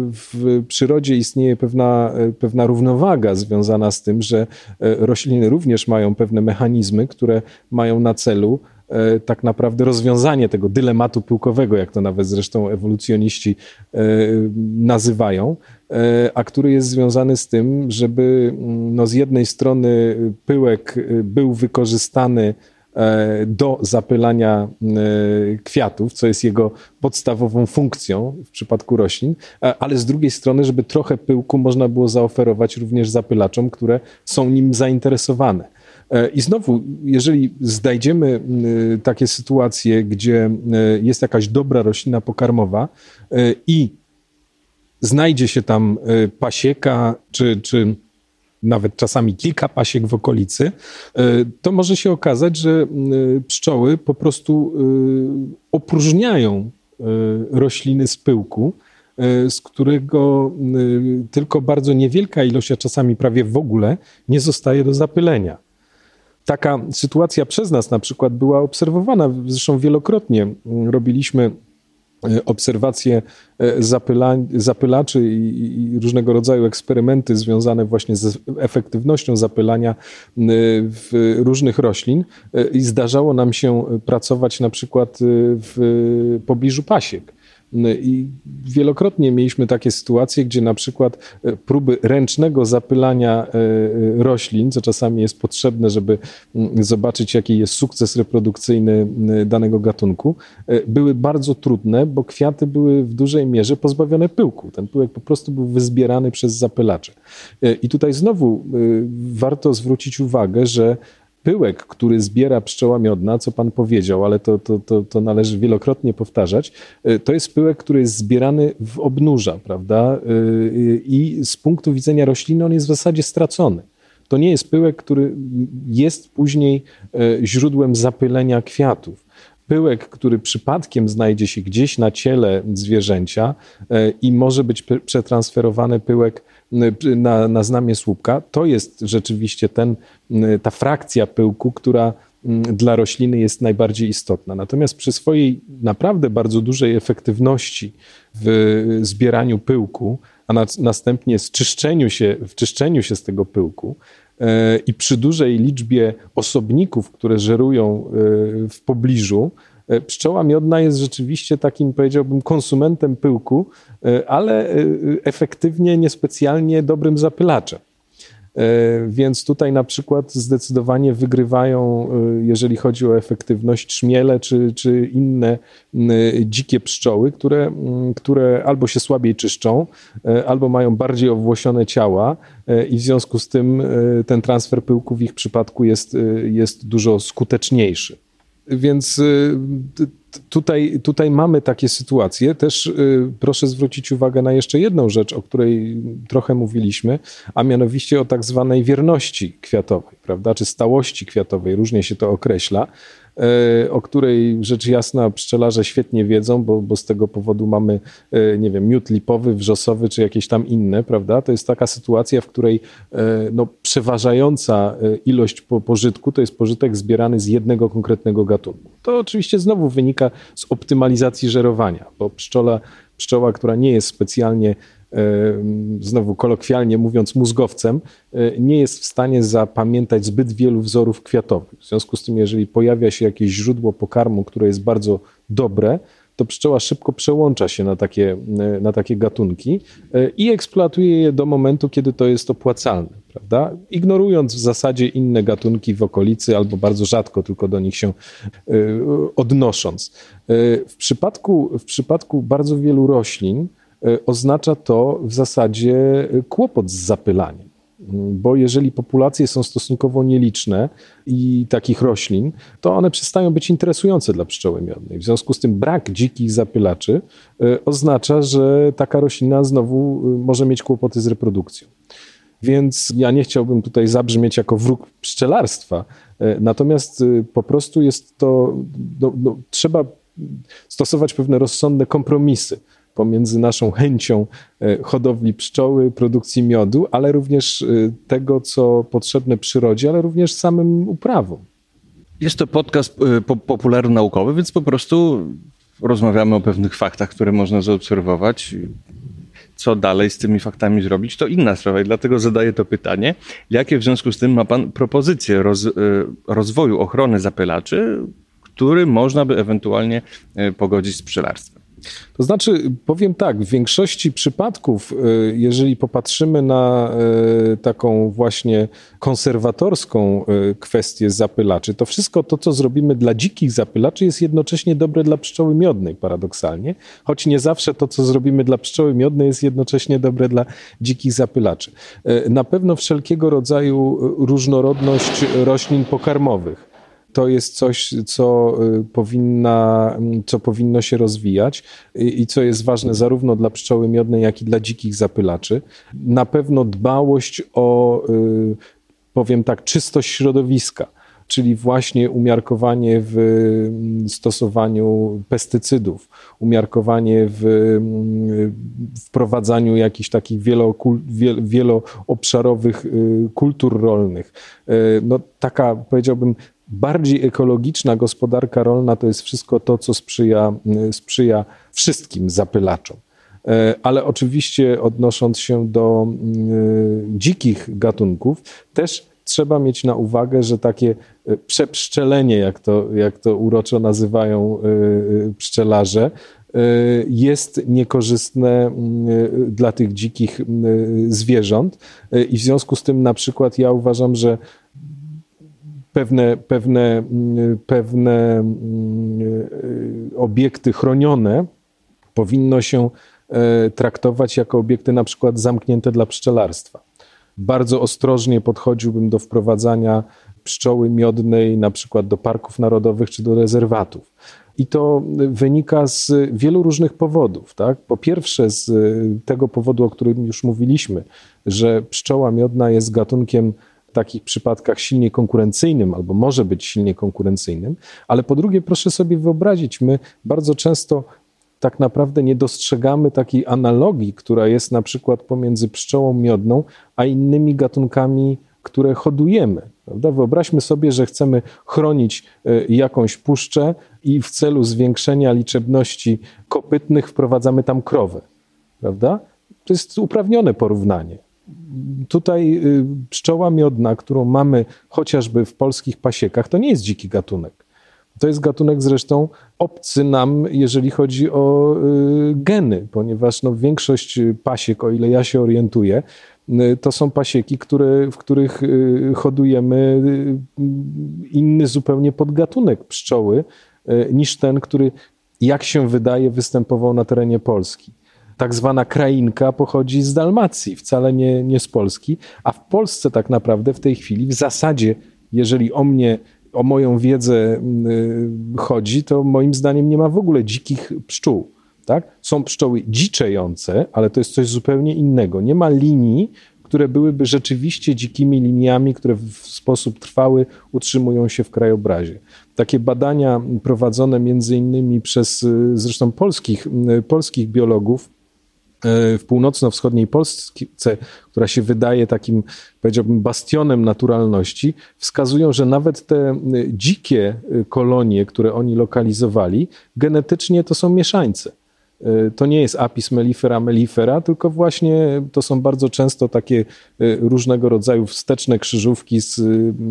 w przyrodzie istnieje pewna, pewna równowaga związana z tym, że rośliny również mają pewne mechanizmy, które mają na celu tak naprawdę rozwiązanie tego dylematu pyłkowego, jak to nawet zresztą ewolucjoniści nazywają, a który jest związany z tym, żeby no z jednej strony pyłek był wykorzystany do zapylania kwiatów, co jest jego podstawową funkcją w przypadku roślin, ale z drugiej strony, żeby trochę pyłku można było zaoferować również zapylaczom, które są nim zainteresowane. I znowu, jeżeli znajdziemy takie sytuacje, gdzie jest jakaś dobra roślina pokarmowa i znajdzie się tam pasieka, czy, czy nawet czasami kilka pasiek w okolicy, to może się okazać, że pszczoły po prostu opróżniają rośliny z pyłku, z którego tylko bardzo niewielka ilość, a czasami prawie w ogóle, nie zostaje do zapylenia. Taka sytuacja przez nas na przykład była obserwowana, zresztą wielokrotnie robiliśmy obserwacje zapyla, zapylaczy i, i różnego rodzaju eksperymenty związane właśnie z efektywnością zapylania w różnych roślin i zdarzało nam się pracować na przykład w pobliżu pasiek. I wielokrotnie mieliśmy takie sytuacje, gdzie na przykład próby ręcznego zapylania roślin, co czasami jest potrzebne, żeby zobaczyć, jaki jest sukces reprodukcyjny danego gatunku, były bardzo trudne, bo kwiaty były w dużej mierze pozbawione pyłku. Ten pyłek po prostu był wyzbierany przez zapylacze. I tutaj znowu warto zwrócić uwagę, że pyłek, który zbiera pszczoła miodna, co pan powiedział, ale to, to, to, to należy wielokrotnie powtarzać, to jest pyłek, który jest zbierany w obnóża, prawda? I z punktu widzenia rośliny on jest w zasadzie stracony. To nie jest pyłek, który jest później źródłem zapylenia kwiatów. Pyłek, który przypadkiem znajdzie się gdzieś na ciele zwierzęcia i może być przetransferowany pyłek na, na znamię słupka, to jest rzeczywiście ten, ta frakcja pyłku, która dla rośliny jest najbardziej istotna. Natomiast przy swojej naprawdę bardzo dużej efektywności w zbieraniu pyłku, a na, następnie z czyszczeniu się, w czyszczeniu się z tego pyłku i przy dużej liczbie osobników, które żerują w pobliżu, pszczoła miodna jest rzeczywiście takim, powiedziałbym, konsumentem pyłku, ale efektywnie niespecjalnie dobrym zapylaczem. Więc tutaj na przykład zdecydowanie wygrywają, jeżeli chodzi o efektywność, trzmiele czy, czy inne dzikie pszczoły, które, które albo się słabiej czyszczą, albo mają bardziej owłosione ciała i w związku z tym ten transfer pyłku w ich przypadku jest, jest dużo skuteczniejszy. Więc tutaj, tutaj mamy takie sytuacje. Też proszę zwrócić uwagę na jeszcze jedną rzecz, o której trochę mówiliśmy, a mianowicie o tak zwanej wierności kwiatowej, prawda, czy stałości kwiatowej, różnie się to określa. o której rzecz jasna pszczelarze świetnie wiedzą, bo, bo z tego powodu mamy, nie wiem, miód lipowy, wrzosowy czy jakieś tam inne, prawda? To jest taka sytuacja, w której no, przeważająca ilość po, pożytku to jest pożytek zbierany z jednego konkretnego gatunku. To oczywiście znowu wynika z optymalizacji żerowania, bo pszczola, pszczoła, która nie jest specjalnie, znowu kolokwialnie mówiąc, mózgowcem, nie jest w stanie zapamiętać zbyt wielu wzorów kwiatowych. W związku z tym, jeżeli pojawia się jakieś źródło pokarmu, które jest bardzo dobre, to pszczoła szybko przełącza się na takie, na takie gatunki i eksploatuje je do momentu, kiedy to jest opłacalne, prawda? Ignorując w zasadzie inne gatunki w okolicy albo bardzo rzadko tylko do nich się odnosząc. W przypadku, w przypadku bardzo wielu roślin oznacza to w zasadzie kłopot z zapylaniem. Bo jeżeli populacje są stosunkowo nieliczne i takich roślin, to one przestają być interesujące dla pszczoły miodnej. W związku z tym brak dzikich zapylaczy oznacza, że taka roślina znowu może mieć kłopoty z reprodukcją. Więc ja nie chciałbym tutaj zabrzmieć jako wróg pszczelarstwa, natomiast po prostu jest to, no, no, trzeba stosować pewne rozsądne kompromisy pomiędzy naszą chęcią hodowli pszczoły, produkcji miodu, ale również tego, co potrzebne przyrodzie, ale również samym uprawom. Jest to podcast popularno-naukowy, więc po prostu rozmawiamy o pewnych faktach, które można zaobserwować. Co dalej z tymi faktami zrobić, to inna sprawa i dlatego zadaję to pytanie. Jakie w związku z tym ma Pan propozycje roz, rozwoju ochrony zapylaczy, który można by ewentualnie pogodzić z pszczelarstwem? To znaczy, powiem tak, w większości przypadków, jeżeli popatrzymy na taką właśnie konserwatorską kwestię zapylaczy, to wszystko to, co zrobimy dla dzikich zapylaczy, jest jednocześnie dobre dla pszczoły miodnej, paradoksalnie, choć nie zawsze to, co zrobimy dla pszczoły miodnej, jest jednocześnie dobre dla dzikich zapylaczy. Na pewno wszelkiego rodzaju różnorodność roślin pokarmowych. To jest coś, co, powinna, co powinno się rozwijać i co jest ważne zarówno dla pszczoły miodnej, jak i dla dzikich zapylaczy. Na pewno dbałość o, powiem tak, czystość środowiska, czyli właśnie umiarkowanie w stosowaniu pestycydów, umiarkowanie w wprowadzaniu jakichś takich wieloobszarowych kultur rolnych. No, taka, powiedziałbym, bardziej ekologiczna gospodarka rolna to jest wszystko to, co sprzyja, sprzyja wszystkim zapylaczom. Ale oczywiście odnosząc się do dzikich gatunków, też trzeba mieć na uwagę, że takie przepszczelenie, jak to, jak to uroczo nazywają pszczelarze, jest niekorzystne dla tych dzikich zwierząt i w związku z tym na przykład ja uważam, że Pewne, pewne, pewne obiekty chronione powinno się traktować jako obiekty na przykład zamknięte dla pszczelarstwa. Bardzo ostrożnie podchodziłbym do wprowadzania pszczoły miodnej na przykład do parków narodowych czy do rezerwatów. I to wynika z wielu różnych powodów. Tak? Po pierwsze z tego powodu, o którym już mówiliśmy, że pszczoła miodna jest gatunkiem w takich przypadkach silnie konkurencyjnym albo może być silnie konkurencyjnym, ale po drugie proszę sobie wyobrazić, my bardzo często tak naprawdę nie dostrzegamy takiej analogii, która jest na przykład pomiędzy pszczołą miodną a innymi gatunkami, które hodujemy. Prawda? Wyobraźmy sobie, że chcemy chronić jakąś puszczę i w celu zwiększenia liczebności kopytnych wprowadzamy tam krowę. Prawda? To jest uprawnione porównanie. Tutaj pszczoła miodna, którą mamy chociażby w polskich pasiekach, to nie jest dziki gatunek. To jest gatunek zresztą obcy nam, jeżeli chodzi o geny, ponieważ no, większość pasiek, o ile ja się orientuję, to są pasieki, które, w których hodujemy inny zupełnie podgatunek pszczoły niż ten, który, jak się wydaje, występował na terenie Polski. Tak zwana krainka pochodzi z Dalmacji, wcale nie, nie z Polski, a w Polsce tak naprawdę w tej chwili w zasadzie, jeżeli o mnie, o moją wiedzę chodzi, to moim zdaniem nie ma w ogóle dzikich pszczół. Tak? Są pszczoły dziczejące, ale to jest coś zupełnie innego. Nie ma linii, które byłyby rzeczywiście dzikimi liniami, które w sposób trwały utrzymują się w krajobrazie. Takie badania prowadzone między innymi przez zresztą polskich, polskich biologów w północno-wschodniej Polsce, która się wydaje takim, powiedziałbym, bastionem naturalności, wskazują, że nawet te dzikie kolonie, które oni lokalizowali, genetycznie to są mieszańce. To nie jest Apis mellifera mellifera, tylko właśnie to są bardzo często takie różnego rodzaju wsteczne krzyżówki z,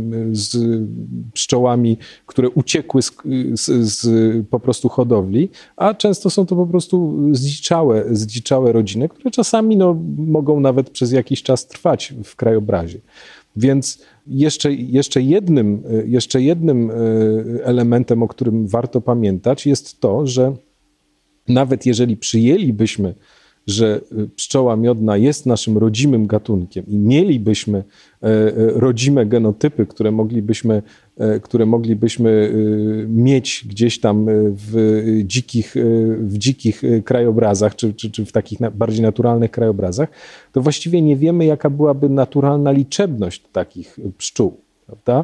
z pszczołami, które uciekły z, z, z po prostu hodowli, a często są to po prostu zdziczałe, zdziczałe rodziny, które czasami no, mogą nawet przez jakiś czas trwać w krajobrazie. Więc jeszcze, jeszcze, jednym, jeszcze jednym elementem, o którym warto pamiętać, jest to, że nawet jeżeli przyjęlibyśmy, że pszczoła miodna jest naszym rodzimym gatunkiem i mielibyśmy rodzime genotypy, które moglibyśmy, które moglibyśmy mieć gdzieś tam w dzikich, w dzikich krajobrazach, czy, czy, czy w takich bardziej naturalnych krajobrazach, to właściwie nie wiemy, jaka byłaby naturalna liczebność takich pszczół, prawda?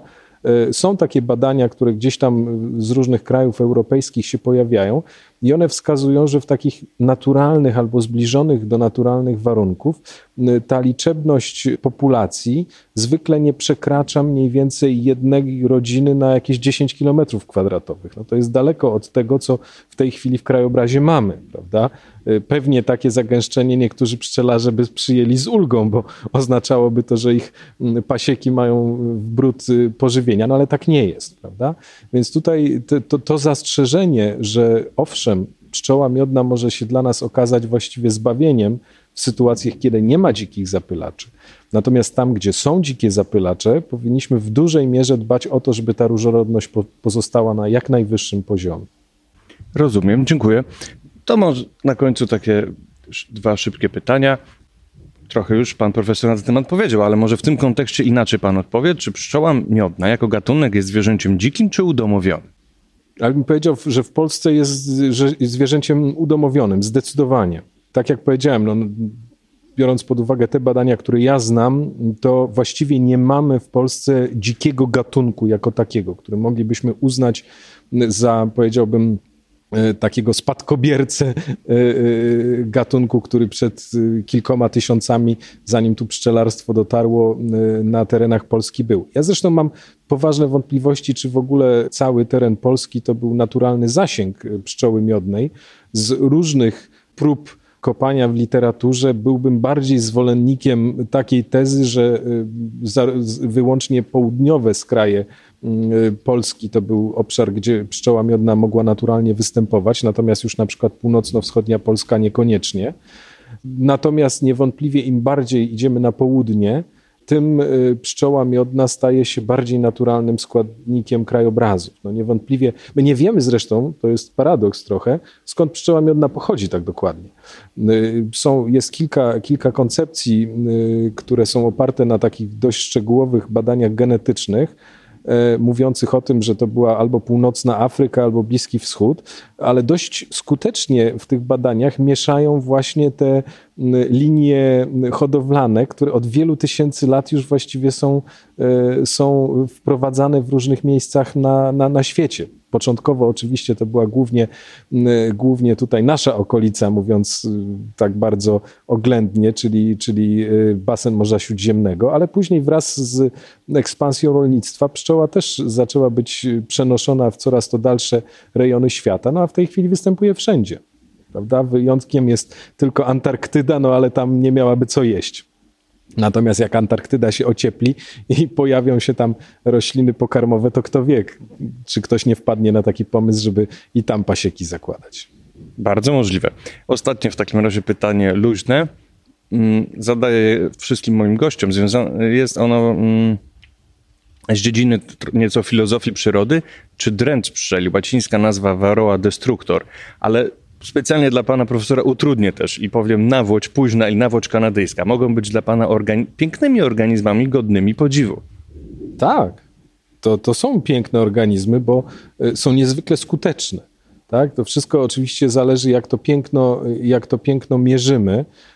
Są takie badania, które gdzieś tam z różnych krajów europejskich się pojawiają i one wskazują, że w takich naturalnych albo zbliżonych do naturalnych warunków ta liczebność populacji zwykle nie przekracza mniej więcej jednej rodziny na jakieś dziesięć kilometrów kwadratowych. No to jest daleko od tego, co w tej chwili w krajobrazie mamy, prawda? Pewnie takie zagęszczenie niektórzy pszczelarze by przyjęli z ulgą, bo oznaczałoby to, że ich pasieki mają brud pożywienia, no ale tak nie jest, prawda? Więc tutaj to, to, to zastrzeżenie, że owszem, pszczoła miodna może się dla nas okazać właściwie zbawieniem w sytuacjach, kiedy nie ma dzikich zapylaczy. Natomiast tam, gdzie są dzikie zapylacze, powinniśmy w dużej mierze dbać o to, żeby ta różnorodność po, pozostała na jak najwyższym poziomie. Rozumiem, dziękuję. To może na końcu takie dwa szybkie pytania. Trochę już pan profesor na ten temat powiedział, ale może w tym kontekście inaczej pan odpowie. Czy pszczoła miodna jako gatunek jest zwierzęciem dzikim czy udomowionym? Ale bym powiedział, że w Polsce jest zwierzęciem udomowionym, zdecydowanie. Tak jak powiedziałem, no, biorąc pod uwagę te badania, które ja znam, to właściwie nie mamy w Polsce dzikiego gatunku jako takiego, który moglibyśmy uznać za, powiedziałbym, takiego spadkobiercę gatunku, który przed kilkoma tysiącami, zanim tu pszczelarstwo dotarło, na terenach Polski był. Ja zresztą mam poważne wątpliwości, czy w ogóle cały teren Polski to był naturalny zasięg pszczoły miodnej. Z różnych prób kopania w literaturze byłbym bardziej zwolennikiem takiej tezy, że wyłącznie południowe skraje Polski to był obszar, gdzie pszczoła miodna mogła naturalnie występować, natomiast już na przykład północno-wschodnia Polska niekoniecznie. Natomiast niewątpliwie im bardziej idziemy na południe, tym pszczoła miodna staje się bardziej naturalnym składnikiem krajobrazów. No niewątpliwie, my nie wiemy zresztą, to jest paradoks trochę, skąd pszczoła miodna pochodzi tak dokładnie. Są, jest kilka, kilka koncepcji, które są oparte na takich dość szczegółowych badaniach genetycznych, mówiących o tym, że to była albo północna Afryka, albo Bliski Wschód, ale dość skutecznie w tych badaniach mieszają właśnie te linie hodowlane, które od wielu tysięcy lat już właściwie są, są wprowadzane w różnych miejscach na, na, na świecie. Początkowo oczywiście to była głównie, głównie tutaj nasza okolica, mówiąc tak bardzo oględnie, czyli, czyli basen Morza Śródziemnego, ale później wraz z ekspansją rolnictwa pszczoła też zaczęła być przenoszona w coraz to dalsze rejony świata, no a w tej chwili występuje wszędzie, prawda? Wyjątkiem jest tylko Antarktyda, no ale tam nie miałaby co jeść. Natomiast jak Antarktyda się ociepli i pojawią się tam rośliny pokarmowe, to kto wie, czy ktoś nie wpadnie na taki pomysł, żeby i tam pasieki zakładać. Bardzo możliwe. Ostatnie w takim razie pytanie luźne. Zadaję wszystkim moim gościom. Jest ono z dziedziny nieco filozofii przyrody, czy dręcz pszczeli, łacińska nazwa Varroa destructor, ale specjalnie dla pana profesora utrudnię też i powiem nawłoć późna i nawłoć kanadyjska. Mogą być dla pana organi- pięknymi organizmami godnymi podziwu. Tak, to, to są piękne organizmy, bo są niezwykle skuteczne. Tak? To wszystko oczywiście zależy, jak to piękno, jak to piękno mierzymy.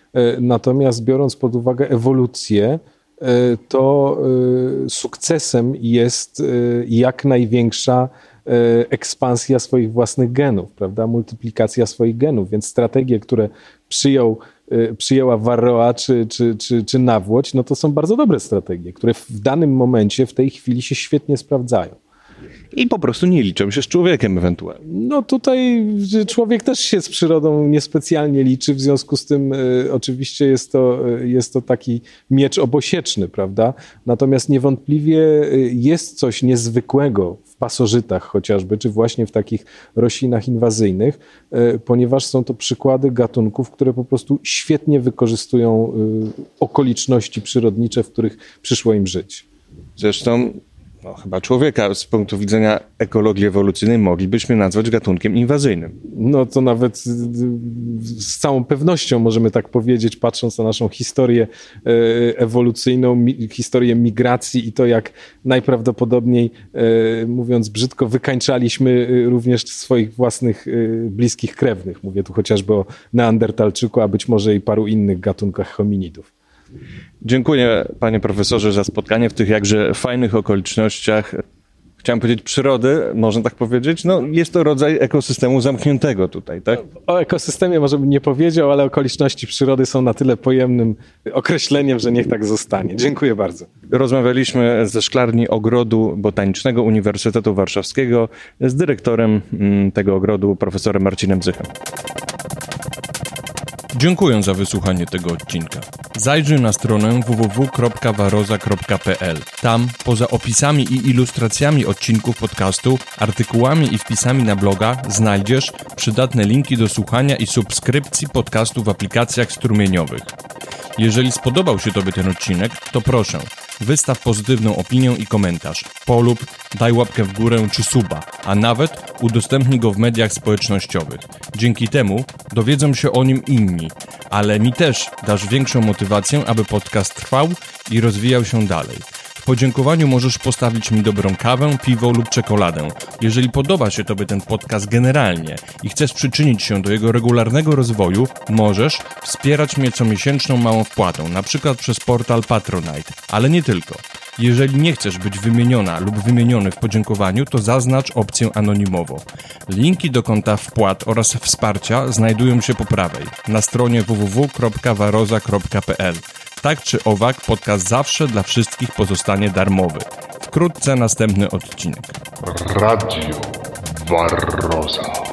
Natomiast biorąc pod uwagę ewolucję, to sukcesem jest jak największa ekspansja swoich własnych genów, prawda? Multiplikacja swoich genów, więc strategie, które przyjął, przyjęła Varroa czy, czy, czy, czy Nawłoć, no to są bardzo dobre strategie, które w danym momencie, w tej chwili się świetnie sprawdzają. I po prostu nie liczą się z człowiekiem ewentualnie. No tutaj człowiek też się z przyrodą niespecjalnie liczy, w związku z tym y, oczywiście jest to, y, jest to taki miecz obosieczny, prawda? Natomiast niewątpliwie y, jest coś niezwykłego w pasożytach chociażby, czy właśnie w takich roślinach inwazyjnych, y, ponieważ są to przykłady gatunków, które po prostu świetnie wykorzystują y, okoliczności przyrodnicze, w których przyszło im żyć. Zresztą no, chyba człowieka z punktu widzenia ekologii ewolucyjnej moglibyśmy nazwać gatunkiem inwazyjnym. No to nawet z całą pewnością możemy tak powiedzieć, patrząc na naszą historię ewolucyjną, historię migracji i to, jak najprawdopodobniej, mówiąc brzydko, wykańczaliśmy również swoich własnych bliskich krewnych. Mówię tu chociażby o Neandertalczyku, a być może i paru innych gatunkach hominidów. Dziękuję, panie profesorze, za spotkanie w tych jakże fajnych okolicznościach. Chciałem powiedzieć przyrody, można tak powiedzieć. No, jest to rodzaj ekosystemu zamkniętego tutaj, tak? O ekosystemie może bym nie powiedział, ale okoliczności przyrody są na tyle pojemnym określeniem, że niech tak zostanie. Dziękuję bardzo. Rozmawialiśmy ze Szklarni Ogrodu Botanicznego Uniwersytetu Warszawskiego z dyrektorem tego ogrodu, profesorem Marcinem Zychem. Dziękuję za wysłuchanie tego odcinka. Zajrzyj na stronę w w w kropka waroza kropka p l. Tam, poza opisami i ilustracjami odcinków podcastu, artykułami i wpisami na bloga, znajdziesz przydatne linki do słuchania i subskrypcji podcastu w aplikacjach strumieniowych. Jeżeli spodobał się Tobie ten odcinek, to proszę, wystaw pozytywną opinię i komentarz, polub, daj łapkę w górę czy suba, a nawet udostępnij go w mediach społecznościowych. Dzięki temu dowiedzą się o nim inni, ale mi też dasz większą motywację, aby podcast trwał i rozwijał się dalej. W podziękowaniu możesz postawić mi dobrą kawę, piwo lub czekoladę. Jeżeli podoba się Tobie ten podcast generalnie i chcesz przyczynić się do jego regularnego rozwoju, możesz wspierać mnie comiesięczną małą wpłatą, na przykład przez portal Patronite, ale nie tylko. Jeżeli nie chcesz być wymieniona lub wymieniony w podziękowaniu, to zaznacz opcję anonimowo. Linki do konta wpłat oraz wsparcia znajdują się po prawej, na stronie w w w kropka waroza kropka p l. Tak czy owak, podcast zawsze dla wszystkich pozostanie darmowy. Wkrótce następny odcinek. Radio Barroza.